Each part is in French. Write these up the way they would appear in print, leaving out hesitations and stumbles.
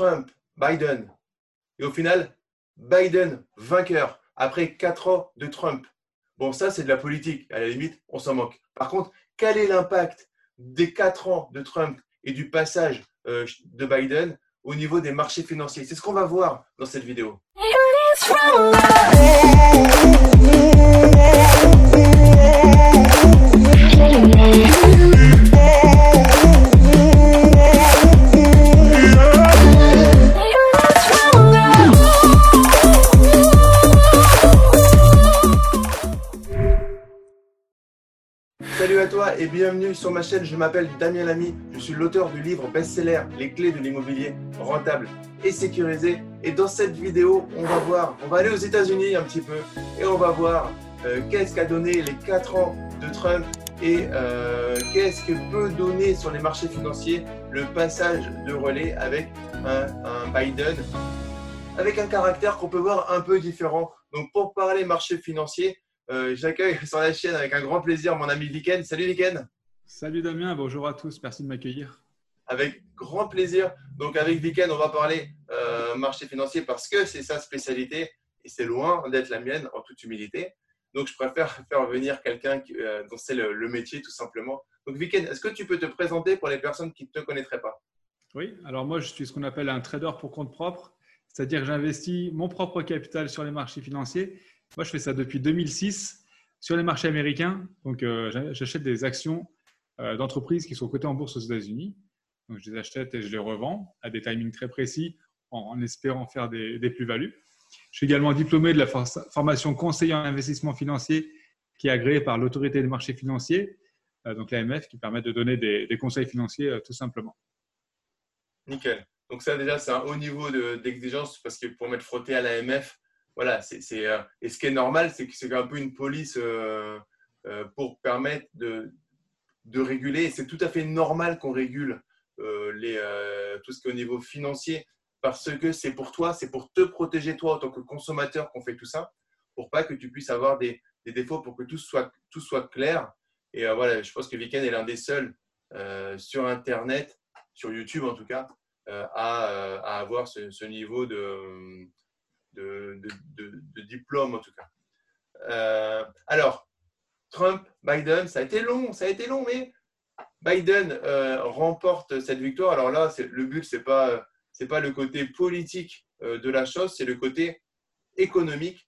Trump, Biden. Et au final, Biden vainqueur après 4 ans de Trump. Bon, ça, c'est de la politique. À la limite, on s'en moque. Par contre, quel est l'impact des 4 ans de Trump et du passage de Biden au niveau des marchés financiers? C'est ce qu'on va voir dans cette vidéo. Salut à toi et bienvenue sur ma chaîne, je m'appelle Damien Lamy, je suis l'auteur du livre best-seller Les clés de l'immobilier rentable et sécurisé. Et dans cette vidéo, on va aller aux États-Unis un petit peu et on va voir qu'est-ce qu'a donné les 4 ans de Trump et qu'est-ce que peut donner sur les marchés financiers le passage de relais avec un Biden avec un caractère qu'on peut voir un peu différent. Donc pour parler marché financier, j'accueille sur la chaîne avec un grand plaisir mon ami Viken. Salut Viken. Salut Damien, bonjour à tous, merci de m'accueillir. Avec grand plaisir. Donc avec Viken, on va parler marché financier parce que c'est sa spécialité et c'est loin d'être la mienne en toute humilité. Donc je préfère faire venir quelqu'un dont c'est le métier tout simplement. Donc Viken, est-ce que tu peux te présenter pour les personnes qui ne te connaîtraient pas? Oui, alors moi je suis ce qu'on appelle un trader pour compte propre, c'est-à-dire que j'investis mon propre capital sur les marchés financiers. Moi je fais ça depuis 2006 sur les marchés américains. Donc j'achète des actions d'entreprises qui sont cotées en bourse aux États-Unis. Donc je les achète et je les revends à des timings très précis en espérant faire des plus-values. Je suis également diplômé de la formation conseiller en investissement financier qui est agréée par l'autorité des marchés financiers, donc l'AMF, qui permet de donner des conseils financiers tout simplement. Nickel. Donc ça déjà, c'est un haut niveau d'exigence parce que pour m'être frotté à l'AMF, voilà, et ce qui est normal, c'est que c'est un peu une police pour permettre de réguler. Et c'est tout à fait normal qu'on régule tout ce qui est au niveau financier parce que c'est pour toi, c'est pour te protéger toi en tant que consommateur qu'on fait tout ça, pour pas que tu puisses avoir des défauts, pour que tout soit clair. Et voilà, je pense que Viken est l'un des seuls sur Internet, sur YouTube en tout cas, à avoir ce niveau de diplôme en tout cas. Alors, Trump, Biden, ça a été long, mais Biden remporte cette victoire. Alors là, le but, c'est pas le côté politique de la chose, c'est le côté économique.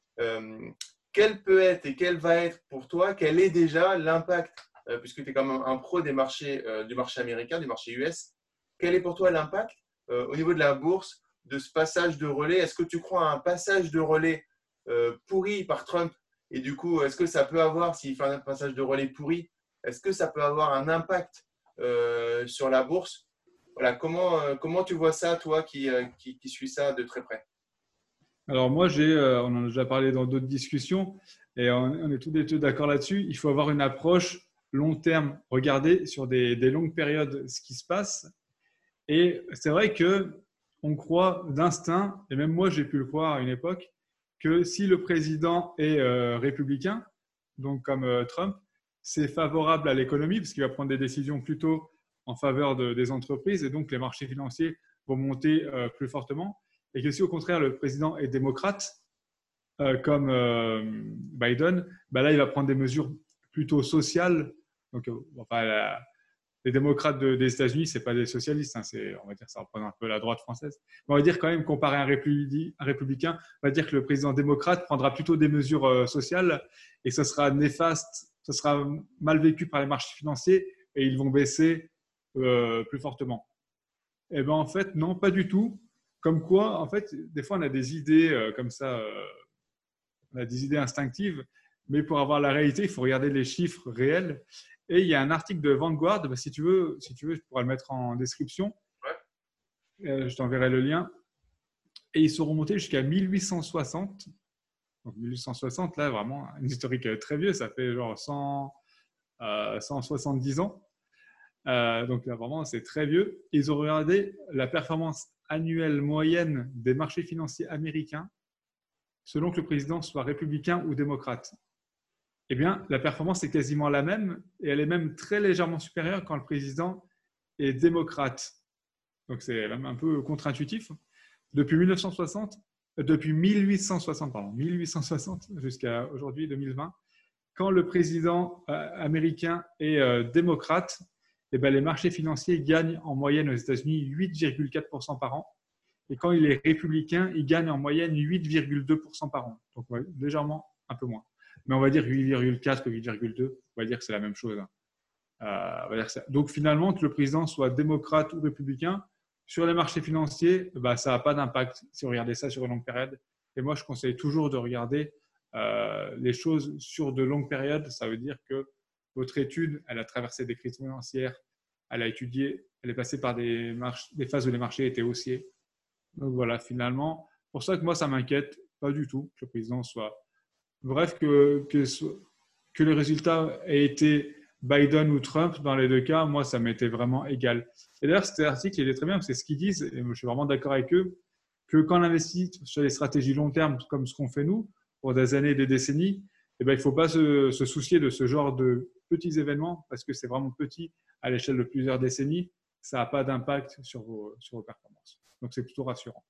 Quel peut être et quel va être pour toi, quel est déjà l'impact, puisque tu es quand même un pro du marché américain, du marché US, quel est pour toi l'impact au niveau de la bourse de ce passage de relais? Est-ce que tu crois à un passage de relais pourri par Trump? Et du coup, est-ce que ça peut avoir, s'il fait un passage de relais pourri, est-ce que ça peut avoir un impact sur la bourse? Voilà, comment tu vois ça, toi qui suis ça de très près? Alors moi, on en a déjà parlé dans d'autres discussions et on est tous les deux d'accord là-dessus. Il faut avoir une approche long terme, regarder sur des longues périodes ce qui se passe. Et c'est vrai qu'on croit d'instinct, et même moi j'ai pu le croire à une époque, que si le président est républicain, donc comme Trump, c'est favorable à l'économie parce qu'il va prendre des décisions plutôt en faveur des entreprises et donc les marchés financiers vont monter plus fortement. Et que si au contraire le président est démocrate, comme Biden, bah là il va prendre des mesures plutôt sociales. Donc, les démocrates des États-Unis, ce n'est pas des socialistes, hein, on va dire ça représente un peu la droite française. Mais on va dire quand même, comparé à un républicain, on va dire que le président démocrate prendra plutôt des mesures sociales et ça sera néfaste, ça sera mal vécu par les marchés financiers et ils vont baisser plus fortement. Et bien en fait, non, pas du tout. Comme quoi, en fait, des fois on a des idées comme ça, on a des idées instinctives, mais pour avoir la réalité, il faut regarder les chiffres réels. Et il y a un article de Vanguard, si tu veux, je pourrais le mettre en description. Je t'enverrai le lien. Et ils sont remontés jusqu'à 1860. Donc 1860, là, vraiment, un historique très vieux, ça fait genre 170 ans. Donc là, vraiment, c'est très vieux. Ils ont regardé la performance annuelle moyenne des marchés financiers américains selon que le président soit républicain ou démocrate. Eh bien, la performance est quasiment la même et elle est même très légèrement supérieure quand le président est démocrate. Donc, c'est même un peu contre-intuitif. Depuis 1860 jusqu'à aujourd'hui, 2020, quand le président américain est démocrate, eh ben, les marchés financiers gagnent en moyenne aux États-Unis 8,4% par an. Et quand il est républicain, il gagne en moyenne 8,2% par an. Donc, ouais, légèrement un peu moins. Mais on va dire 8,4 ou 8,2. On va dire que c'est la même chose. Donc, finalement, que le président soit démocrate ou républicain, sur les marchés financiers, bah, ça n'a pas d'impact si vous regardez ça sur une longue période. Et moi, je conseille toujours de regarder les choses sur de longues périodes. Ça veut dire que votre étude, elle a traversé des crises financières, elle a étudié, elle est passée par des phases où les marchés étaient haussiers. Donc voilà, finalement, pour ça que moi, ça m'inquiète pas du tout que le président soit… Bref, que le résultat ait été Biden ou Trump, dans les deux cas, moi, ça m'était vraiment égal. Et d'ailleurs, cet article, il est très bien, parce que c'est ce qu'ils disent, et je suis vraiment d'accord avec eux, que quand on investit sur les stratégies long terme, comme ce qu'on fait nous, pour des années et des décennies, eh ben, il ne faut pas se soucier de ce genre de petits événements, parce que c'est vraiment petit à l'échelle de plusieurs décennies. Ça n'a pas d'impact sur vos performances. Donc, c'est plutôt rassurant.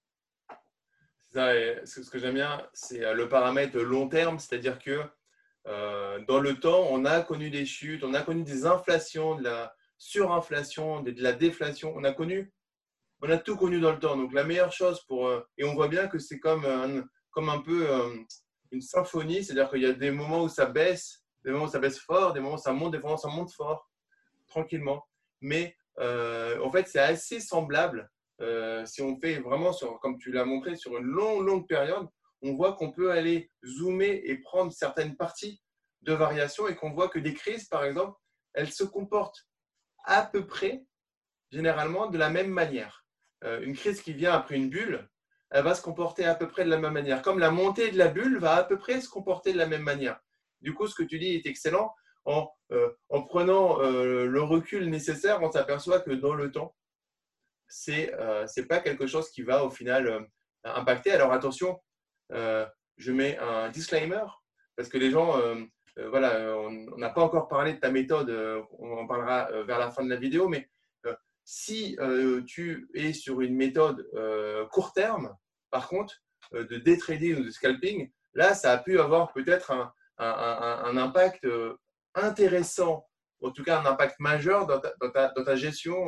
Ça, ce que j'aime bien, c'est le paramètre long terme, c'est-à-dire que dans le temps, on a connu des chutes, on a connu des inflations, de la surinflation, de la déflation, on a tout connu dans le temps. Donc la meilleure chose et on voit bien que c'est comme un peu une symphonie, c'est-à-dire qu'il y a des moments où ça baisse, des moments où ça baisse fort, des moments où ça monte, des moments où ça monte fort, tranquillement. Mais en fait, c'est assez semblable. Si on fait vraiment, comme tu l'as montré, sur une longue période, on voit qu'on peut aller zoomer et prendre certaines parties de variation et qu'on voit que des crises, par exemple, elles se comportent à peu près, généralement, de la même manière. Une crise qui vient après une bulle, elle va se comporter à peu près de la même manière. Comme la montée de la bulle va à peu près se comporter de la même manière. Du coup, ce que tu dis est excellent. En prenant le recul nécessaire, on s'aperçoit que dans le temps, c'est pas quelque chose qui va au final impacter. Alors attention, je mets un disclaimer parce que les gens, voilà, on n'a pas encore parlé de ta méthode, on en parlera vers la fin de la vidéo, mais si tu es sur une méthode court terme, par contre, de day trading ou de scalping, là, ça a pu avoir peut-être un impact intéressant, en tout cas un impact majeur dans ta gestion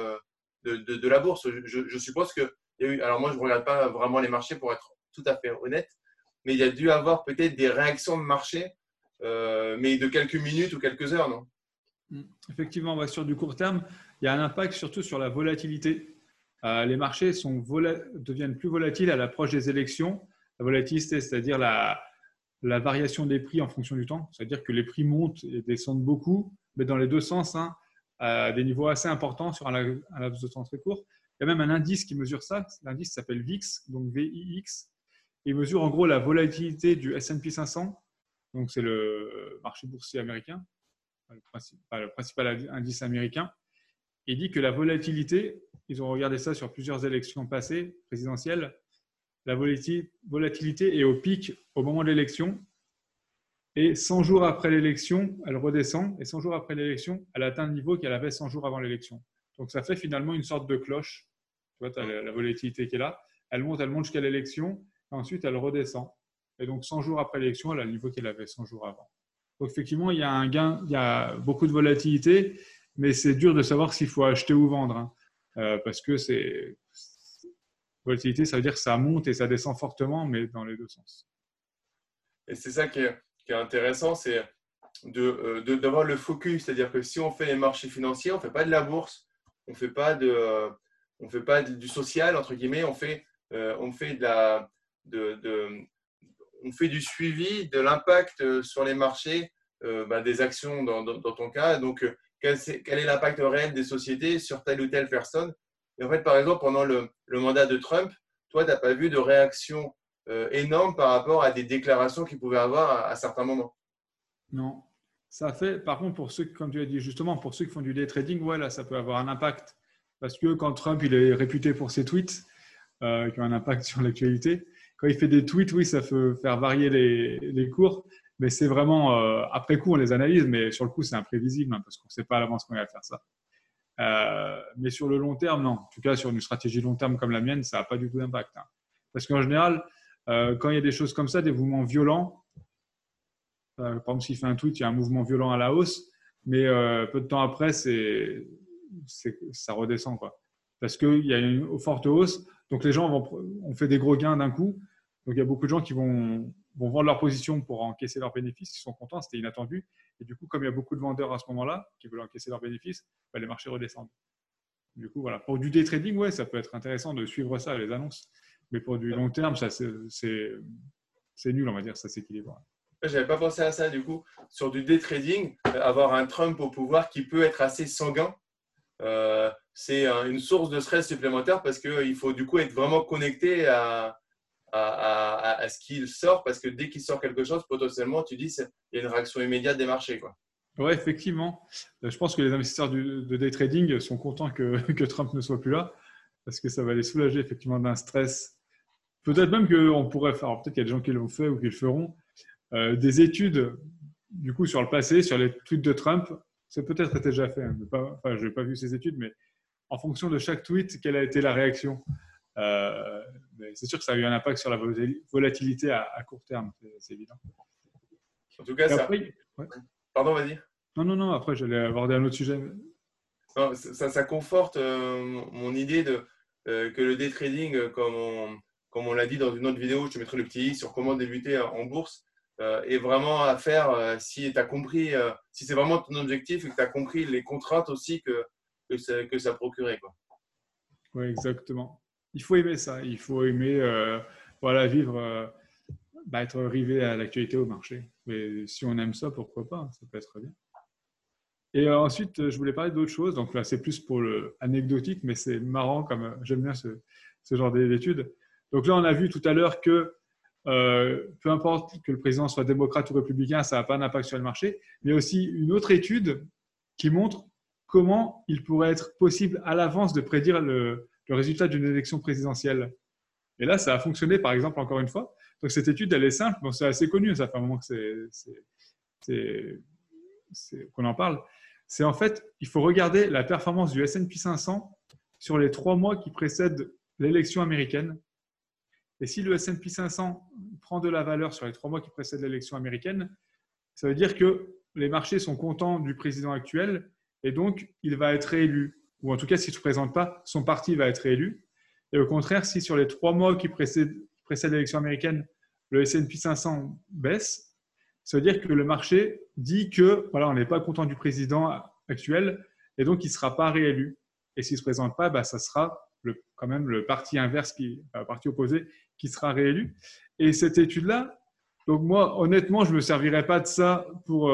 de la bourse. Je suppose qu'il y a eu, alors moi je ne regarde pas vraiment les marchés pour être tout à fait honnête, mais il y a dû avoir peut-être des réactions de marché, mais de quelques minutes ou quelques heures, non? Effectivement, sur du court terme, il y a un impact surtout sur la volatilité. Les marchés deviennent plus volatiles à l'approche des élections. La volatilité, c'est-à-dire la variation des prix en fonction du temps, c'est-à-dire que les prix montent et descendent beaucoup, mais dans les deux sens, à des niveaux assez importants sur un laps de temps très court. Il y a même un indice qui mesure ça. L'indice s'appelle VIX, donc VIX. Il mesure en gros la volatilité du S&P 500, donc c'est le marché boursier américain, le principal indice américain. Il dit que la volatilité, ils ont regardé ça sur plusieurs élections passées présidentielles, la volatilité est au pic au moment de l'élection et 100 jours après l'élection, elle redescend et 100 jours après l'élection, elle atteint le niveau qu'elle avait 100 jours avant l'élection. Donc ça fait finalement une sorte de cloche. Tu vois, tu as la volatilité qui est là. Elle monte jusqu'à l'élection et ensuite elle redescend. Et donc 100 jours après l'élection, elle a le niveau qu'elle avait 100 jours avant. Donc effectivement, il y a un gain, il y a beaucoup de volatilité, mais c'est dur de savoir s'il faut acheter ou vendre. Parce que volatilité, ça veut dire que ça monte et ça descend fortement, mais dans les deux sens. Et c'est ça qui est intéressant, c'est d'avoir le focus. C'est-à-dire que si on fait les marchés financiers, on ne fait pas de la bourse, on ne fait pas du social, entre guillemets, on fait du suivi de l'impact sur les marchés des actions dans ton cas. Donc, quel est l'impact réel des sociétés sur telle ou telle personne? Et en fait, par exemple, pendant le mandat de Trump, toi, tu n'as pas vu de réaction énorme par rapport à des déclarations qu'il pouvait avoir à certains moments. Non. Ça fait, par contre, pour ceux, comme tu as dit justement, pour ceux qui font du day trading, ouais, là, ça peut avoir un impact. Parce que quand Trump il est réputé pour ses tweets, qui ont un impact sur l'actualité, quand il fait des tweets, oui, ça peut faire varier les cours. Mais c'est vraiment, après coup, on les analyse, mais sur le coup, c'est imprévisible parce qu'on ne sait pas à l'avance quand il va faire ça. Mais sur le long terme, non. En tout cas, sur une stratégie long terme comme la mienne, ça n'a pas du tout d'impact. Hein. Parce qu'en général, quand il y a des choses comme ça, des mouvements violents, par exemple, s'il fait un tweet, il y a un mouvement violent à la hausse, mais peu de temps après, ça redescend, quoi. Parce qu'il y a une forte hausse, donc les gens ont fait des gros gains d'un coup. Donc il y a beaucoup de gens qui vont vendre leur position pour encaisser leurs bénéfices, ils sont contents, c'était inattendu. Et du coup, comme il y a beaucoup de vendeurs à ce moment-là qui veulent encaisser leurs bénéfices, bah, les marchés redescendent. Du coup, voilà. Pour du day trading, ouais, ça peut être intéressant de suivre ça, les annonces. Mais pour du long terme, ça, c'est nul, on va dire, ça s'équilibre. Je n'avais pas pensé à ça du coup. Sur du day trading, avoir un Trump au pouvoir qui peut être assez sanguin, c'est une source de stress supplémentaire parce qu'il faut du coup être vraiment connecté à ce qu'il sort, parce que dès qu'il sort quelque chose, potentiellement, tu dis il y a une réaction immédiate des marchés, quoi. Oui, effectivement. Je pense que les investisseurs de day trading sont contents que Trump ne soit plus là parce que ça va les soulager effectivement d'un stress. Peut-être même qu'on pourrait faire, peut-être qu'il y a des gens qui l'ont fait ou qui le feront, des études du coup sur le passé, sur les tweets de Trump. C'est peut-être été déjà fait. Hein, je n'ai pas vu ces études, mais en fonction de chaque tweet, quelle a été la réaction. Mais c'est sûr que ça a eu un impact sur la volatilité à court terme, c'est évident. En tout cas, après, ouais. Pardon, vas-y. Non, après, j'allais aborder un autre sujet. Non, ça conforte mon idée que le day trading, comme on l'a dit dans une autre vidéo, je te mettrai le petit i sur comment débuter en bourse, est vraiment à faire si tu as compris, si c'est vraiment ton objectif et que tu as compris les contraintes aussi que ça procurait, quoi. Oui, exactement. Il faut aimer ça. Il faut aimer vivre, être rivé à l'actualité au marché. Mais si on aime ça, pourquoi pas? Ça peut être très bien. Et ensuite, je voulais parler d'autre chose. Donc là, c'est plus pour le anecdotique, mais c'est marrant comme j'aime bien ce genre d'études. Donc là, on a vu tout à l'heure que peu importe que le président soit démocrate ou républicain, ça n'a pas d'impact sur le marché. Mais il y a aussi une autre étude qui montre comment il pourrait être possible à l'avance de prédire le résultat d'une élection présidentielle. Et là, ça a fonctionné, par exemple, encore une fois. Donc cette étude, elle est simple. Bon, c'est assez connu, ça fait un moment qu'on en parle. C'est en fait, il faut regarder la performance du S&P 500 sur les 3 mois qui précèdent l'élection américaine. Et si le S&P 500 prend de la valeur sur les 3 mois qui précèdent l'élection américaine, ça veut dire que les marchés sont contents du président actuel et donc il va être réélu. Ou en tout cas, s'il ne se présente pas, son parti va être réélu. Et au contraire, si sur les 3 mois qui précèdent l'élection américaine, le S&P 500 baisse, ça veut dire que le marché dit que voilà, on n'est pas content du président actuel et donc il ne sera pas réélu. Et s'il ne se présente pas, ça sera quand même le parti inverse, le parti opposé, qui sera réélu. Et cette étude-là, donc moi, honnêtement, je ne me servirais pas de ça pour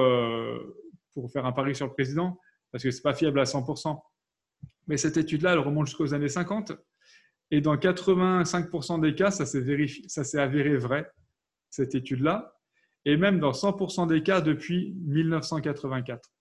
faire un pari sur le président, parce que ce n'est pas fiable à 100%. Mais cette étude-là, elle remonte jusqu'aux années 50. Et dans 85% des cas, ça s'est avéré vrai, cette étude-là. Et même dans 100% des cas depuis 1984.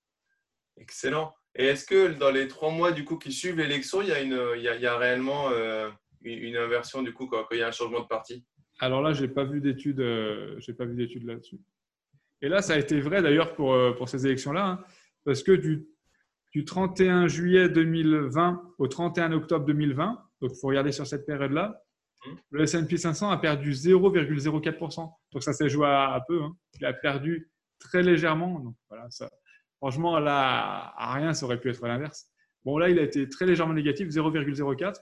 Excellent. Et est-ce que dans les 3 mois du coup qui suivent l'élection, il y a réellement une inversion du coup quand il y a un changement de parti? Alors là, j'ai pas vu d'études là-dessus. Et là, ça a été vrai d'ailleurs pour ces élections-là, hein, parce que du 31 juillet 2020 au 31 octobre 2020, donc il faut regarder sur cette période-là, le S&P 500 a perdu 0,04%. Donc ça s'est joué à peu. Hein. Il a perdu très légèrement. Donc voilà, ça, franchement, là, à rien, ça aurait pu être l'inverse. Bon, là, il a été très légèrement négatif, 0,04.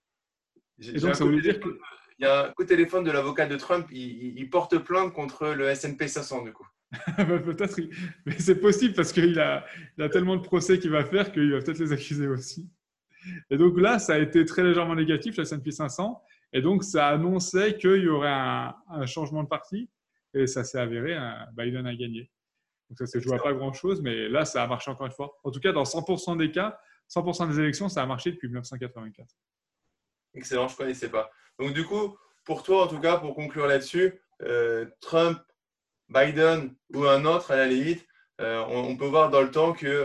Et donc, ça voulait dire que… Il y a un coup de téléphone de l'avocat de Trump, il porte plainte contre le S&P 500 du coup. Peut-être, mais c'est possible parce qu'il a tellement de procès qu'il va faire qu'il va peut-être les accuser aussi. Et donc là, ça a été très légèrement négatif, le S&P 500. Et donc, ça annonçait qu'il y aurait un changement de parti. Et ça s'est avéré, Biden a gagné. Donc, ça ne s'est joué à pas grand-chose, mais là, ça a marché encore une fois. En tout cas, dans 100% des cas, 100% des élections, ça a marché depuis 1984. Excellent, je ne connaissais pas. Donc, du coup, pour toi, en tout cas, pour conclure là-dessus, Trump, Biden ou un autre, à la limite, on peut voir dans le temps qu'il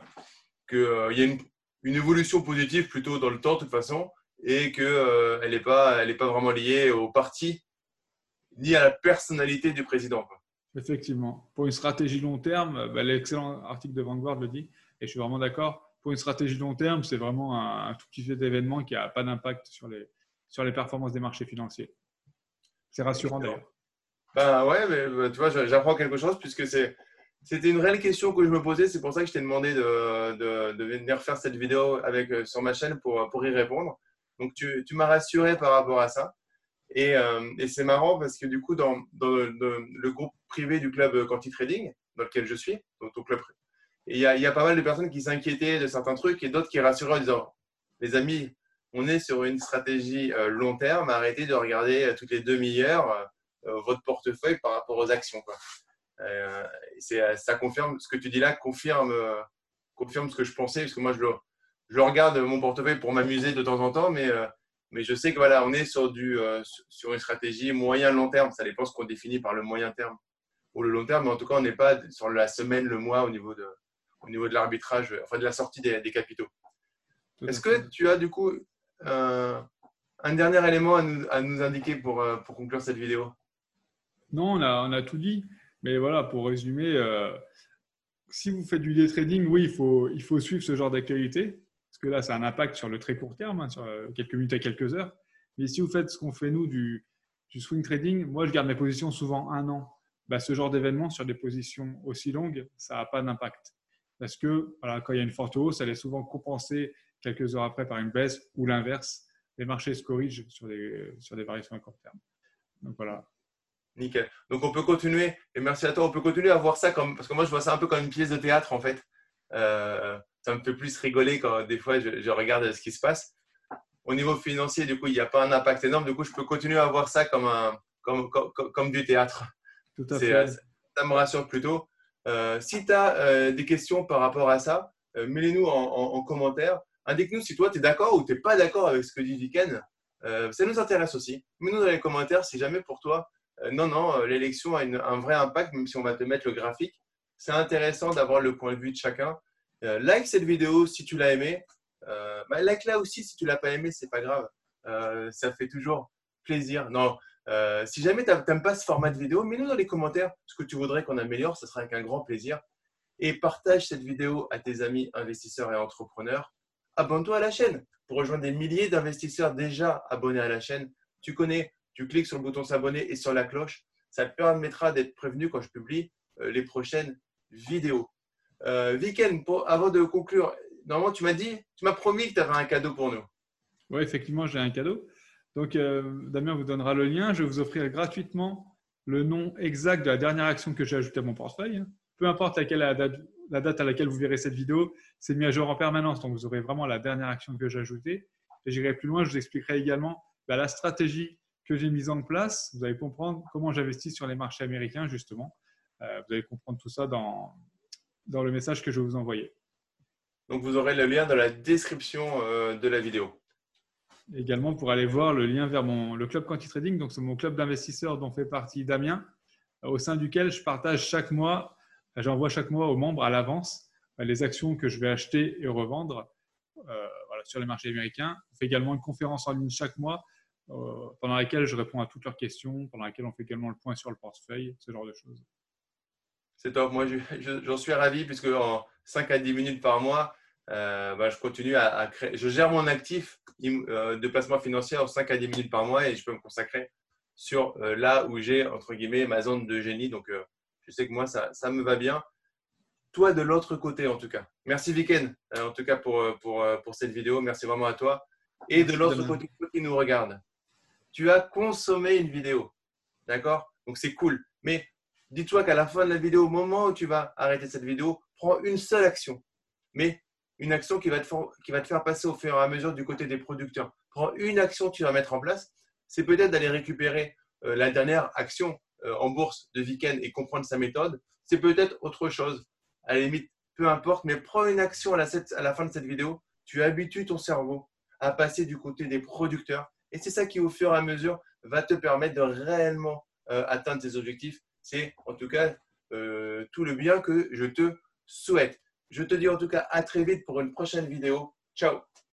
y a une évolution positive plutôt dans le temps, de toute façon, et qu'elle n'est pas vraiment liée au parti ni à la personnalité du président, quoi. Effectivement. Pour une stratégie long terme, l'excellent article de Vanguard le dit, et je suis vraiment d'accord, pour une stratégie long terme, c'est vraiment un tout petit fait d'événement qui n'a pas d'impact sur les performances des marchés financiers. C'est rassurant Excellent. d'ailleurs. Ben ouais, mais tu vois, j'apprends quelque chose puisque c'était une réelle question que je me posais. C'est pour ça que je t'ai demandé de venir faire cette vidéo sur ma chaîne pour y répondre. Donc, tu m'as rassuré par rapport à ça. Et c'est marrant parce que du coup, dans le groupe privé du club Quanti Trading, dans lequel je suis, donc au club, il y a pas mal de personnes qui s'inquiétaient de certains trucs et d'autres qui rassuraient en disant, les amis, on est sur une stratégie long terme, arrêtez de regarder toutes les demi-heures votre portefeuille par rapport aux actions, quoi. Ça confirme, ce que tu dis là confirme ce que je pensais, parce que moi, je regarde mon portefeuille pour m'amuser de temps en temps, mais je sais que voilà, on est sur une stratégie moyen-long terme. Ça dépend ce qu'on définit par le moyen terme ou le long terme, mais en tout cas, on n'est pas sur la semaine, le mois au niveau de l'arbitrage, enfin de la sortie des capitaux. Tout à Est-ce fait. que tu as du coup un dernier élément à nous indiquer pour conclure cette vidéo? Non, on a tout dit. Mais voilà, pour résumer, si vous faites du day trading, oui, il faut suivre ce genre d'actualité. Parce que là, ça a un impact sur le très court terme, hein, sur quelques minutes à quelques heures. Mais si vous faites ce qu'on fait nous du swing trading, moi, je garde mes positions souvent un an. Bah, ce genre d'événement sur des positions aussi longues, ça n'a pas d'impact. Parce que voilà, quand il y a une forte hausse, elle est souvent compensée quelques heures après par une baisse ou l'inverse. Les marchés se corrigent sur des variations à court terme. Donc voilà. Nickel. Donc on peut continuer, et merci à toi, on peut continuer à voir ça parce que moi je vois ça un peu comme une pièce de théâtre en fait. Ça me fait plus rigoler quand des fois je regarde ce qui se passe. Au niveau financier, du coup, il n'y a pas un impact énorme. Du coup, je peux continuer à voir ça comme du théâtre. Tout à fait. Ça me rassure plutôt. Si tu as des questions par rapport à ça, mets-les-nous en commentaire. Indique-nous si toi, tu es d'accord ou tu n'es pas d'accord avec ce que dit Viken. Ça nous intéresse aussi. Mets-nous dans les commentaires si jamais pour toi, non, l'élection a un vrai impact, même si on va te mettre le graphique. C'est intéressant d'avoir le point de vue de chacun. Like cette vidéo si tu l'as aimé. Like-la aussi si tu l'as pas aimé, c'est pas grave. Ça fait toujours plaisir. Non, si jamais tu n'aimes pas ce format de vidéo, mets-nous dans les commentaires ce que tu voudrais qu'on améliore. Ce sera avec un grand plaisir. Et partage cette vidéo à tes amis investisseurs et entrepreneurs. Abonne-toi à la chaîne pour rejoindre des milliers d'investisseurs déjà abonnés à la chaîne. Tu connais, tu cliques sur le bouton s'abonner et sur la cloche. Ça te permettra d'être prévenu quand je publie les prochaines vidéos. Viken, avant de conclure, normalement, tu m'as promis que tu avais un cadeau pour nous. Oui, effectivement, j'ai un cadeau. Donc, Damien vous donnera le lien. Je vais vous offrir gratuitement le nom exact de la dernière action que j'ai ajoutée à mon portefeuille. Peu importe la date à laquelle vous verrez cette vidéo, c'est mis à jour en permanence. Donc, vous aurez vraiment la dernière action que j'ai ajoutée. Et j'irai plus loin, je vous expliquerai également la stratégie que j'ai mise en place. Vous allez comprendre comment j'investis sur les marchés américains, justement. Vous allez comprendre tout ça dans le message que je vais vous envoyer. Donc, vous aurez le lien dans la description de la vidéo. Également pour aller voir le lien vers le club Quanti Trading. Donc, c'est mon club d'investisseurs dont fait partie Damien, au sein duquel je partage chaque mois, j'envoie chaque mois aux membres à l'avance les actions que je vais acheter et revendre sur les marchés américains. On fait également une conférence en ligne chaque mois pendant laquelle je réponds à toutes leurs questions, pendant laquelle on fait également le point sur le portefeuille, ce genre de choses. C'est top. Moi, j'en suis ravi puisque en 5 à 10 minutes par mois, je continue à créer. Je gère mon actif de placement financier en 5 à 10 minutes par mois et je peux me consacrer sur là où j'ai, entre guillemets, ma zone de génie. Donc, je sais que moi, ça me va bien. Toi, de l'autre côté, en tout cas. Merci, Viken, en tout cas, pour cette vidéo. Merci vraiment à toi. Et de Merci, l'autre Damien. côté, toi qui nous regarde, tu as consommé une vidéo. D'accord? Donc, c'est cool. Mais dis-toi qu'à la fin de la vidéo, au moment où tu vas arrêter cette vidéo, prends une seule action. Mais une action qui va te faire passer au fur et à mesure du côté des producteurs. Prends une action que tu vas mettre en place. C'est peut-être d'aller récupérer la dernière action en bourse de Viken et comprendre sa méthode. C'est peut-être autre chose. À la limite, peu importe, mais prends une action à la fin de cette vidéo. Tu habitues ton cerveau à passer du côté des producteurs. Et c'est ça qui, au fur et à mesure, va te permettre de réellement atteindre tes objectifs. C'est en tout cas tout le bien que je te souhaite. Je te dis en tout cas à très vite pour une prochaine vidéo. Ciao!